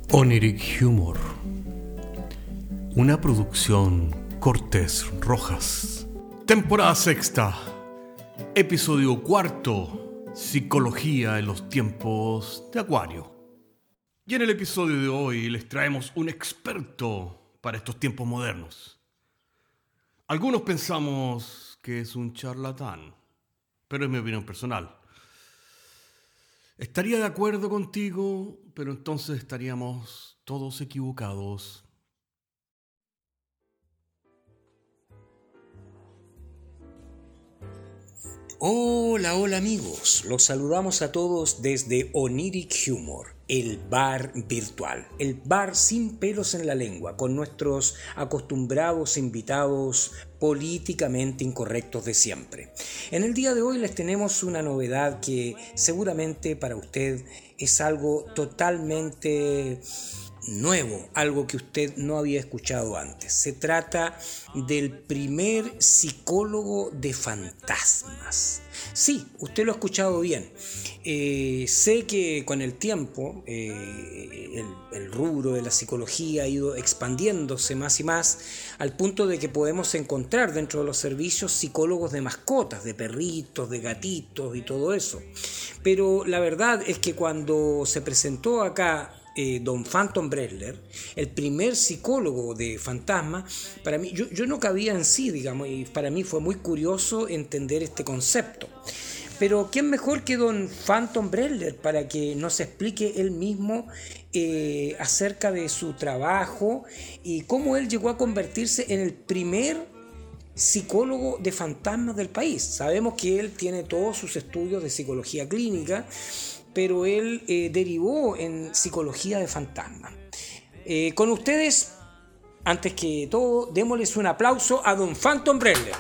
Oniric Humor, una producción Cortés Rojas. Temporada sexta, episodio cuarto, Psicología en los tiempos de Acuario. Y en el episodio de hoy les traemos un experto para estos tiempos modernos. Algunos pensamos que es un charlatán, pero es mi opinión personal. Estaría de acuerdo contigo, pero entonces estaríamos todos equivocados. Hola amigos, los saludamos a todos desde Oniric Humor, el bar virtual, el bar sin pelos en la lengua, con nuestros acostumbrados invitados políticamente incorrectos de siempre. En el día de hoy les tenemos una novedad que seguramente para usted es algo totalmente nuevo, algo que usted no había escuchado antes. Se trata del primer psicólogo de fantasmas. Sí, usted lo ha escuchado bien. Sé que con el tiempo el rubro de la psicología ha ido expandiéndose más y más al punto de que podemos encontrar dentro de los servicios psicólogos de mascotas, de perritos, de gatitos y todo eso. Pero la verdad es que cuando se presentó acá Don Phantom Bressler, el primer psicólogo de fantasmas, para mí, yo no cabía en sí, digamos, y para mí fue muy curioso entender este concepto. Pero ¿quién mejor que Don Phantom Bressler para que nos explique él mismo acerca de su trabajo y cómo él llegó a convertirse en el primer psicólogo de fantasmas del país? Sabemos que él tiene todos sus estudios de psicología clínica, pero él derivó en psicología de fantasmas. Con ustedes, antes que todo, démosles un aplauso a Don Phantom Bressler.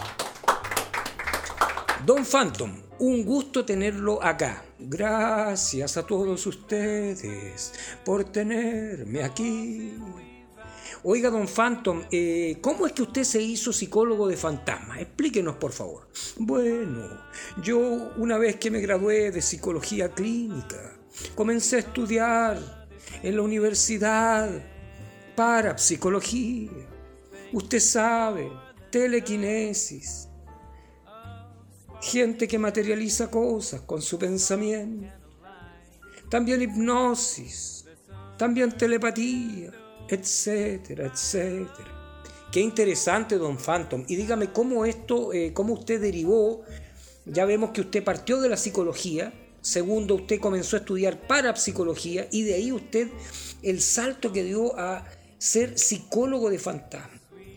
Don Phantom, un gusto tenerlo acá. Gracias a todos ustedes por tenerme aquí. Oiga, Don Phantom, ¿cómo es que usted se hizo psicólogo de fantasmas? Explíquenos, por favor. Bueno, yo una vez que me gradué de psicología clínica, comencé a estudiar en la universidad parapsicología. Usted sabe, telequinesis. Gente que materializa cosas con su pensamiento. También hipnosis. También telepatía. Etcétera, etcétera. Qué interesante, Don Phantom. Y dígame cómo usted derivó. Ya vemos que usted partió de la psicología. Segundo, usted comenzó a estudiar parapsicología y de ahí usted el salto que dio a ser psicólogo de fantasmas.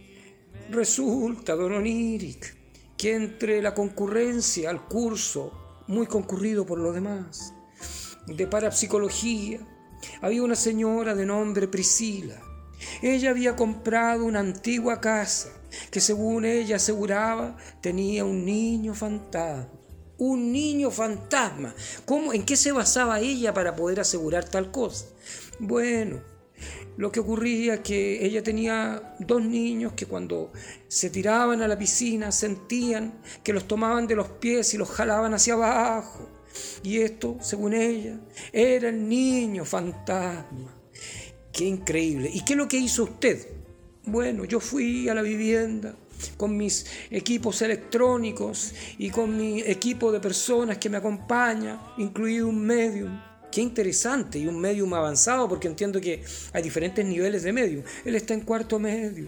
Resulta, Don Oniric, que entre la concurrencia al curso, muy concurrido por los demás, de parapsicología, había una señora de nombre Priscila. Ella había comprado una antigua casa que, según ella aseguraba, tenía un niño fantasma. Un niño fantasma. ¿Cómo? ¿En qué se basaba ella para poder asegurar tal cosa? Bueno, lo que ocurría es que ella tenía dos niños que cuando se tiraban a la piscina sentían que los tomaban de los pies y los jalaban hacia abajo. Y esto, según ella, era el niño fantasma. ¡Qué increíble! ¿Y qué es lo que hizo usted? Bueno, yo fui a la vivienda con mis equipos electrónicos y con mi equipo de personas que me acompaña, incluido un medium. Qué interesante, y un medium avanzado, porque entiendo que hay diferentes niveles de medium. Él está en cuarto medium.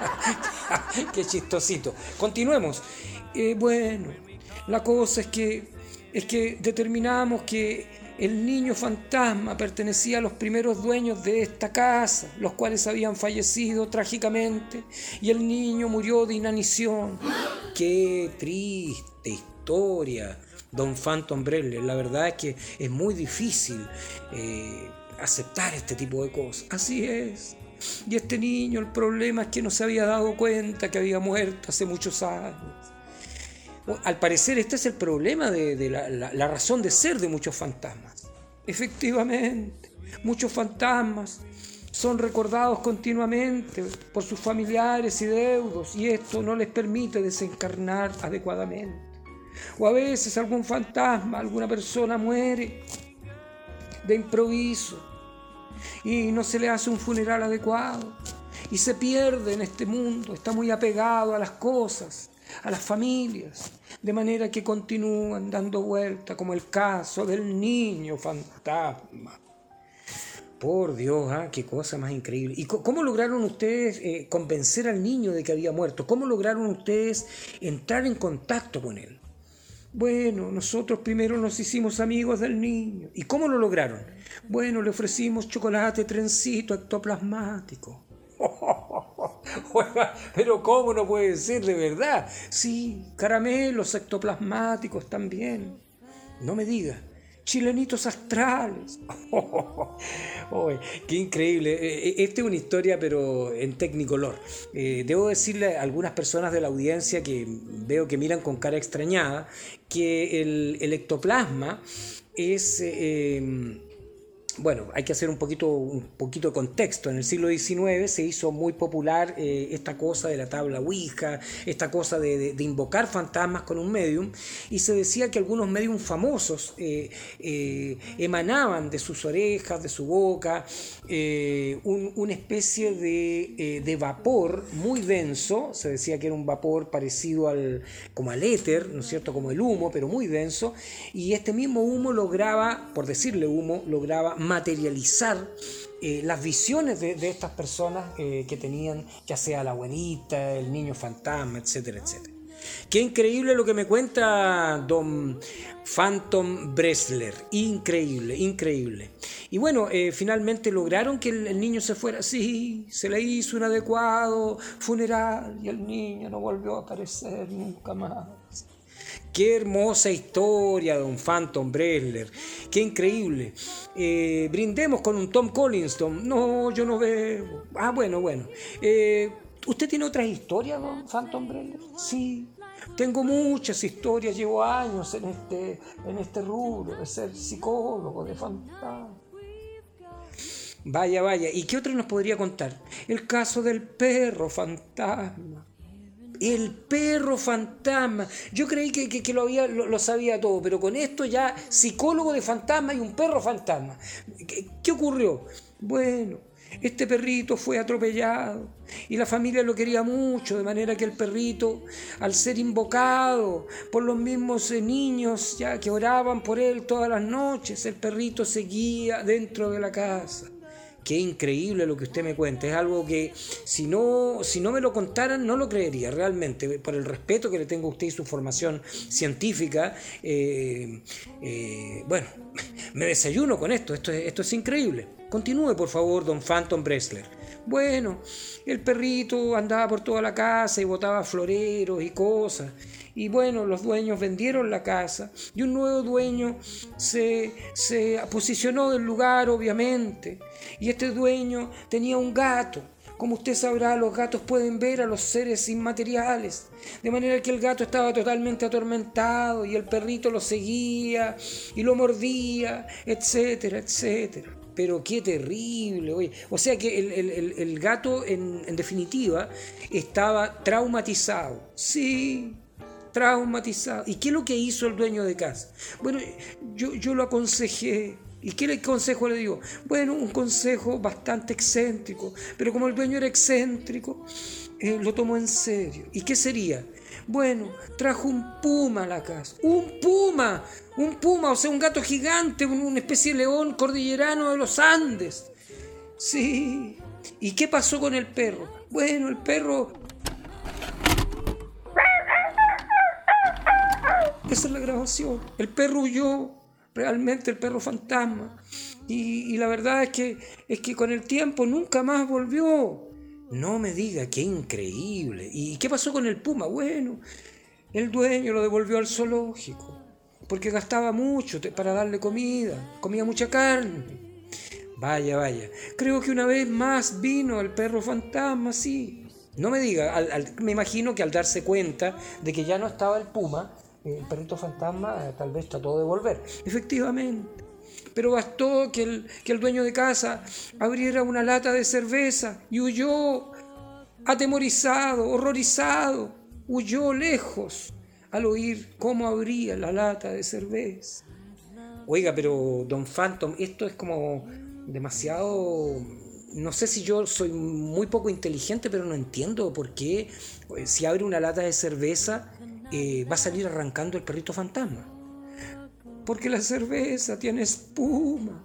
Qué chistosito. Continuemos. Bueno, la cosa es que determinamos que el niño fantasma pertenecía a los primeros dueños de esta casa, los cuales habían fallecido trágicamente, y el niño murió de inanición. Qué triste historia, Don Phantom Bressler. La verdad es que es muy difícil aceptar este tipo de cosas. Así es. Y este niño, el problema es que no se había dado cuenta que había muerto hace muchos años. Al parecer este es el problema de la razón de ser de muchos fantasmas. Efectivamente, muchos fantasmas son recordados continuamente por sus familiares y deudos, y esto no les permite desencarnar adecuadamente. O a veces algún fantasma, alguna persona muere de improviso y no se le hace un funeral adecuado y se pierde en este mundo, está muy apegado a las cosas, a las familias, de manera que continúan dando vuelta, como el caso del niño fantasma. Por Dios, qué cosa más increíble. ¿Y cómo lograron ustedes convencer al niño de que había muerto? ¿Cómo lograron ustedes entrar en contacto con él? Bueno, nosotros primero nos hicimos amigos del niño. ¿Y cómo lo lograron? Bueno, le ofrecimos chocolate trencito ectoplasmático. Pero ¿cómo no puede ser de verdad? Sí, caramelos ectoplasmáticos también. No me diga. Chilenitos astrales. Qué increíble. Esta es una historia, pero en Technicolor. Debo decirle a algunas personas de la audiencia que veo que miran con cara extrañada que el ectoplasma es... Bueno, hay que hacer un poquito de contexto. En el siglo XIX se hizo muy popular esta cosa de la tabla Ouija, esta cosa de invocar fantasmas con un medium, y se decía que algunos medium famosos emanaban de sus orejas, de su boca, una especie de vapor muy denso. Se decía que era un vapor parecido como al éter, ¿no es cierto?, como el humo, pero muy denso, y este mismo humo lograba, por decirle humo, lograba materializar las visiones de estas personas que tenían, ya sea la abuelita, el niño fantasma, etcétera, etcétera. Qué increíble lo que me cuenta don Phantom Bressler. Increíble, increíble. Y bueno, finalmente lograron que el niño se fuera. Sí, se le hizo un adecuado funeral y el niño no volvió a aparecer nunca más. Qué hermosa historia, don Phantom Bressler. Qué increíble. Brindemos con un Tom Collins. No, yo no veo. Bueno. ¿Usted tiene otras historias, don Phantom Bressler? Sí. Tengo muchas historias. Llevo años en este rubro de ser psicólogo de fantasmas. Vaya. ¿Y qué otro nos podría contar? El caso del perro fantasma. El perro fantasma. Yo creí que lo sabía todo, pero con esto ya psicólogo de fantasma y un perro fantasma. ¿Qué ocurrió? Bueno, este perrito fue atropellado y la familia lo quería mucho, de manera que el perrito, al ser invocado por los mismos niños ya que oraban por él todas las noches, el perrito seguía dentro de la casa. Qué increíble lo que usted me cuenta. Es algo que si no me lo contaran no lo creería realmente. Por el respeto que le tengo a usted y su formación científica, bueno, me desayuno con esto. Esto es increíble. Continúe, por favor, don Phantom Bressler. Bueno, el perrito andaba por toda la casa y botaba floreros y cosas. Y bueno, los dueños vendieron la casa y un nuevo dueño se posicionó del lugar, obviamente. Y este dueño tenía un gato. Como usted sabrá, los gatos pueden ver a los seres inmateriales. De manera que el gato estaba totalmente atormentado y el perrito lo seguía y lo mordía, etcétera, etcétera. Pero qué terrible, oye. O sea que el gato, en definitiva, estaba traumatizado. Sí, traumatizado. ¿Y qué es lo que hizo el dueño de casa? Bueno, yo lo aconsejé. ¿Y qué consejo le digo? Bueno, un consejo bastante excéntrico, pero como el dueño era excéntrico, lo tomó en serio. ¿Y qué sería? Bueno, trajo un puma a la casa. ¡Un puma! O sea, un gato gigante, una especie de león cordillerano de los Andes. Sí. ¿Y qué pasó con el perro? Bueno, el perro... Esa es la grabación. El perro huyó. Realmente el perro fantasma. Y la verdad es que con el tiempo nunca más volvió. No me diga, qué increíble. ¿Y qué pasó con el puma? Bueno, el dueño lo devolvió al zoológico, porque gastaba mucho para darle comida, comía mucha carne. Vaya. Creo que una vez más vino el perro fantasma, sí. No me diga, me imagino que al darse cuenta de que ya no estaba el puma, el perrito fantasma tal vez trató de volver. Efectivamente. Pero bastó que el dueño de casa abriera una lata de cerveza y huyó, atemorizado, horrorizado, huyó lejos al oír cómo abría la lata de cerveza. Oiga, pero don Phantom, esto es como demasiado... No sé si yo soy muy poco inteligente, pero no entiendo por qué si abre una lata de cerveza va a salir arrancando el perrito fantasma. Porque la cerveza tiene espuma.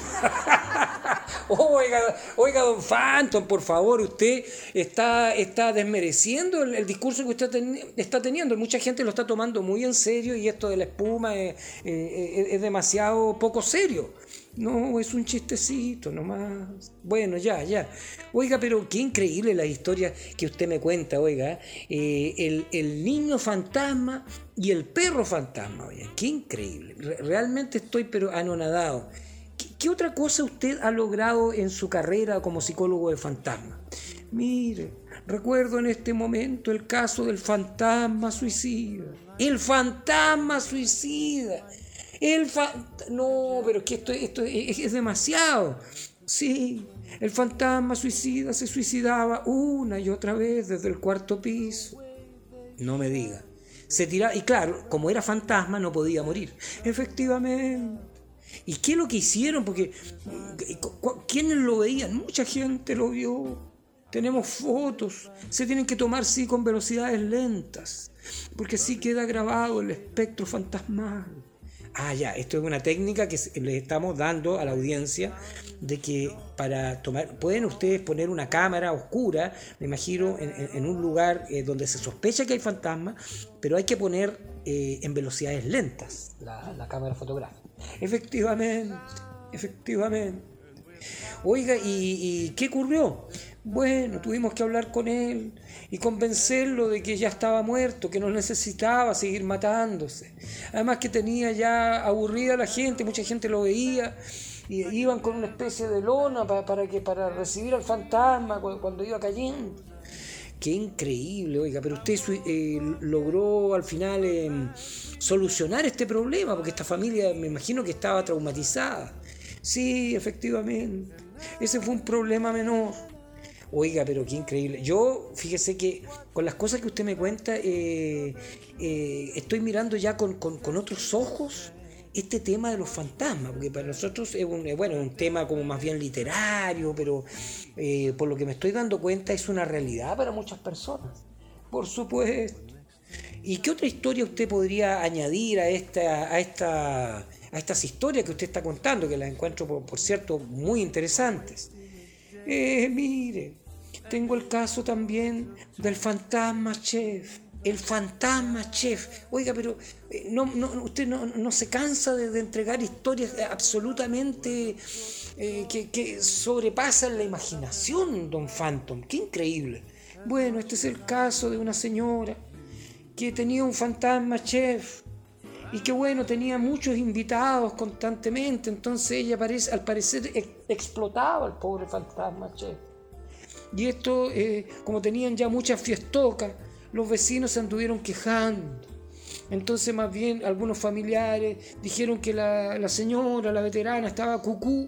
Oiga, don Phantom, por favor, usted está desmereciendo el discurso que usted está teniendo. Mucha gente lo está tomando muy en serio y esto de la espuma es demasiado poco serio. No, es un chistecito nomás. Bueno, ya. Oiga, pero qué increíble la historia que usted me cuenta, oiga. El niño fantasma y el perro fantasma, oiga, qué increíble. Realmente estoy pero anonadado. ¿Qué otra cosa usted ha logrado en su carrera como psicólogo de fantasma? Mire, recuerdo en este momento el caso del fantasma suicida. El fantasma suicida. No, pero es que esto es demasiado. Sí, el fantasma suicida se suicidaba una y otra vez desde el 4º piso. No me diga. Se tiraba, y claro, como era fantasma no podía morir. Efectivamente. ¿Y qué es lo que hicieron? Porque ¿quiénes lo veían? Mucha gente lo vio. Tenemos fotos. Se tienen que tomar, sí, con velocidades lentas, porque así queda grabado el espectro fantasmal. Esto es una técnica que le estamos dando a la audiencia, de que para tomar, pueden ustedes poner una cámara oscura, me imagino, en un lugar donde se sospecha que hay fantasmas, pero hay que poner en velocidades lentas la cámara fotográfica. Efectivamente. Oiga, ¿y qué ocurrió? Bueno, tuvimos que hablar con él y convencerlo de que ya estaba muerto, que no necesitaba seguir matándose. Además que tenía ya aburrida a la gente, mucha gente lo veía y iban con una especie de lona para recibir al fantasma cuando iba cayendo. Qué increíble, oiga, pero usted logró al final solucionar este problema, porque esta familia me imagino que estaba traumatizada. Sí, efectivamente, ese fue un problema menor. Oiga, pero qué increíble. Yo, fíjese que con las cosas que usted me cuenta, estoy mirando ya con otros ojos este tema de los fantasmas, porque para nosotros es un tema como más bien literario, pero por lo que me estoy dando cuenta es una realidad para muchas personas. Por supuesto. ¿Y qué otra historia usted podría añadir a estas historias que usted está contando, que las encuentro, por cierto, muy interesantes? Mire, tengo el caso también del fantasma chef. El fantasma chef. Oiga, pero usted no se cansa de entregar historias absolutamente que sobrepasan la imaginación, don Phantom. Qué increíble. Bueno, este es el caso de una señora que tenía un fantasma chef y que bueno, tenía muchos invitados constantemente, entonces ella al parecer explotaba al pobre fantasma chef. Y esto, como tenían ya muchas fiestocas, los vecinos se anduvieron quejando. Entonces más bien algunos familiares dijeron que la señora, la veterana, estaba cucú.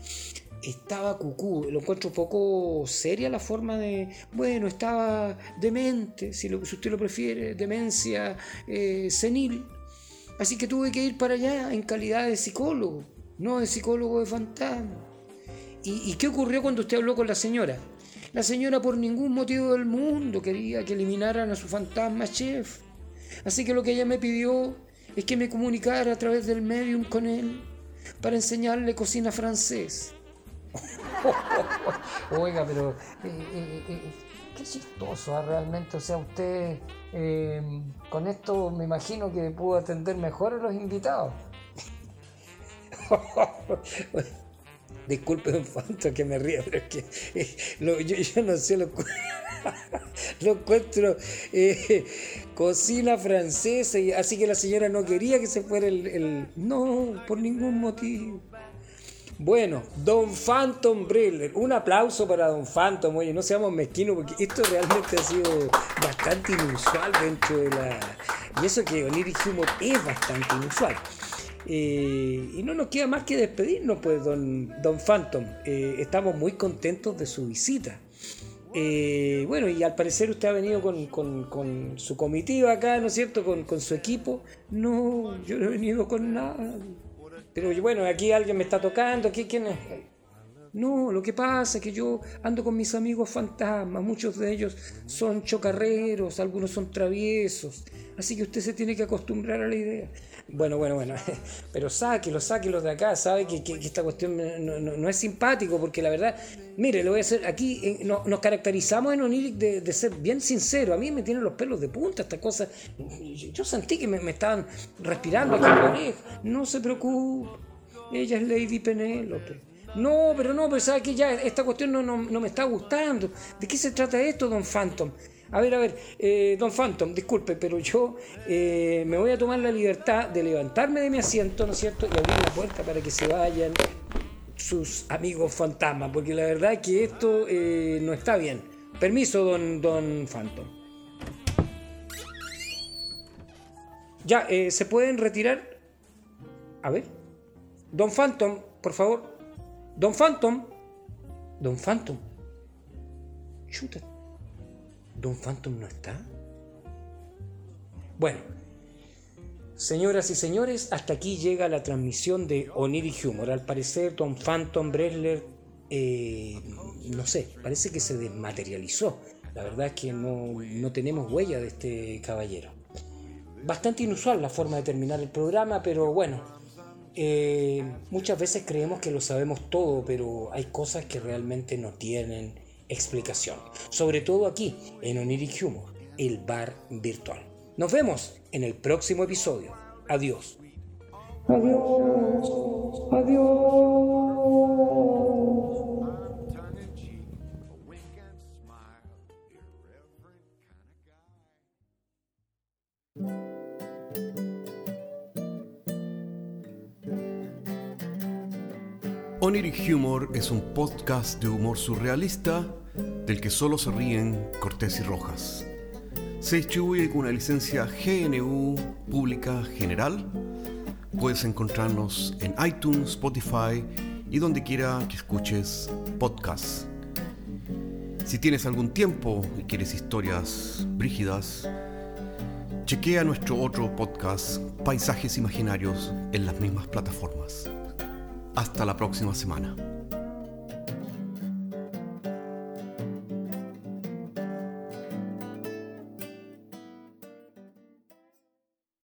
Lo encuentro un poco seria la forma de... Bueno, estaba demente, si usted lo prefiere, demencia senil. Así que tuve que ir para allá en calidad de psicólogo, no de psicólogo de fantasma. ¿Y qué ocurrió cuando usted habló con la señora? La señora por ningún motivo del mundo quería que eliminaran a su fantasma chef. Así que lo que ella me pidió es que me comunicara a través del medium con él para enseñarle cocina francesa. Oiga, pero qué chistoso, realmente. O sea, usted con esto me imagino que pudo atender mejor a los invitados. Disculpe, don Fanto, que me ría, pero es que yo no sé, lo encuentro cocina francesa, y así que la señora no quería que se fuera no, por ningún motivo. Bueno, don Phantom Breller, un aplauso para don Phantom. Oye, no seamos mezquinos, porque esto realmente ha sido bastante inusual dentro de y eso que Oniric Humor es bastante inusual. Y no nos queda más que despedirnos, pues, don Phantom. Estamos muy contentos de su visita. Bueno, y al parecer usted ha venido con su comitiva acá, ¿no es cierto? Con su equipo. No, yo no he venido con nada. Pero bueno, aquí alguien me está tocando. ¿Quién es? No, lo que pasa es que yo ando con mis amigos fantasmas, muchos de ellos son chocarreros, algunos son traviesos, así que usted se tiene que acostumbrar a la idea. Bueno, pero sáquelo de acá, sabe que esta cuestión no es simpático, porque la verdad, mire, le voy a hacer, aquí nos caracterizamos en Oniric de ser bien sincero. A mí me tienen los pelos de punta esta cosa. Yo sentí que me estaban respirando aquí en la oreja. No se preocupe, ella es Lady Penélope. No, pero sabe que ya esta cuestión no me está gustando. ¿De qué se trata esto, Don Phantom? A ver, Don Phantom, disculpe, pero yo me voy a tomar la libertad de levantarme de mi asiento, ¿no es cierto?, y abrir la puerta para que se vayan sus amigos fantasmas, porque la verdad es que esto no está bien. Permiso, Don Phantom. Ya, ¿se pueden retirar? A ver. Don Phantom, por favor. Don Phantom. Chuta. ¿Don Phantom no está? Bueno, señoras y señores, hasta aquí llega la transmisión de Oniric Humor. Al parecer, Don Phantom Bresler, no sé, parece que se desmaterializó. La verdad es que no tenemos huella de este caballero. Bastante inusual la forma de terminar el programa, pero bueno, muchas veces creemos que lo sabemos todo, pero hay cosas que realmente no tienen explicación, sobre todo aquí en Oniric Humor, el bar virtual. Nos vemos en el próximo episodio. Adiós. Oniric Humor es un podcast de humor surrealista del que solo se ríen Cortés y Rojas. Se distribuye con una licencia GNU Pública General. Puedes encontrarnos en iTunes, Spotify y donde quiera que escuches podcasts. Si tienes algún tiempo y quieres historias brígidas, chequea nuestro otro podcast, Paisajes Imaginarios, en las mismas plataformas. Hasta la próxima semana.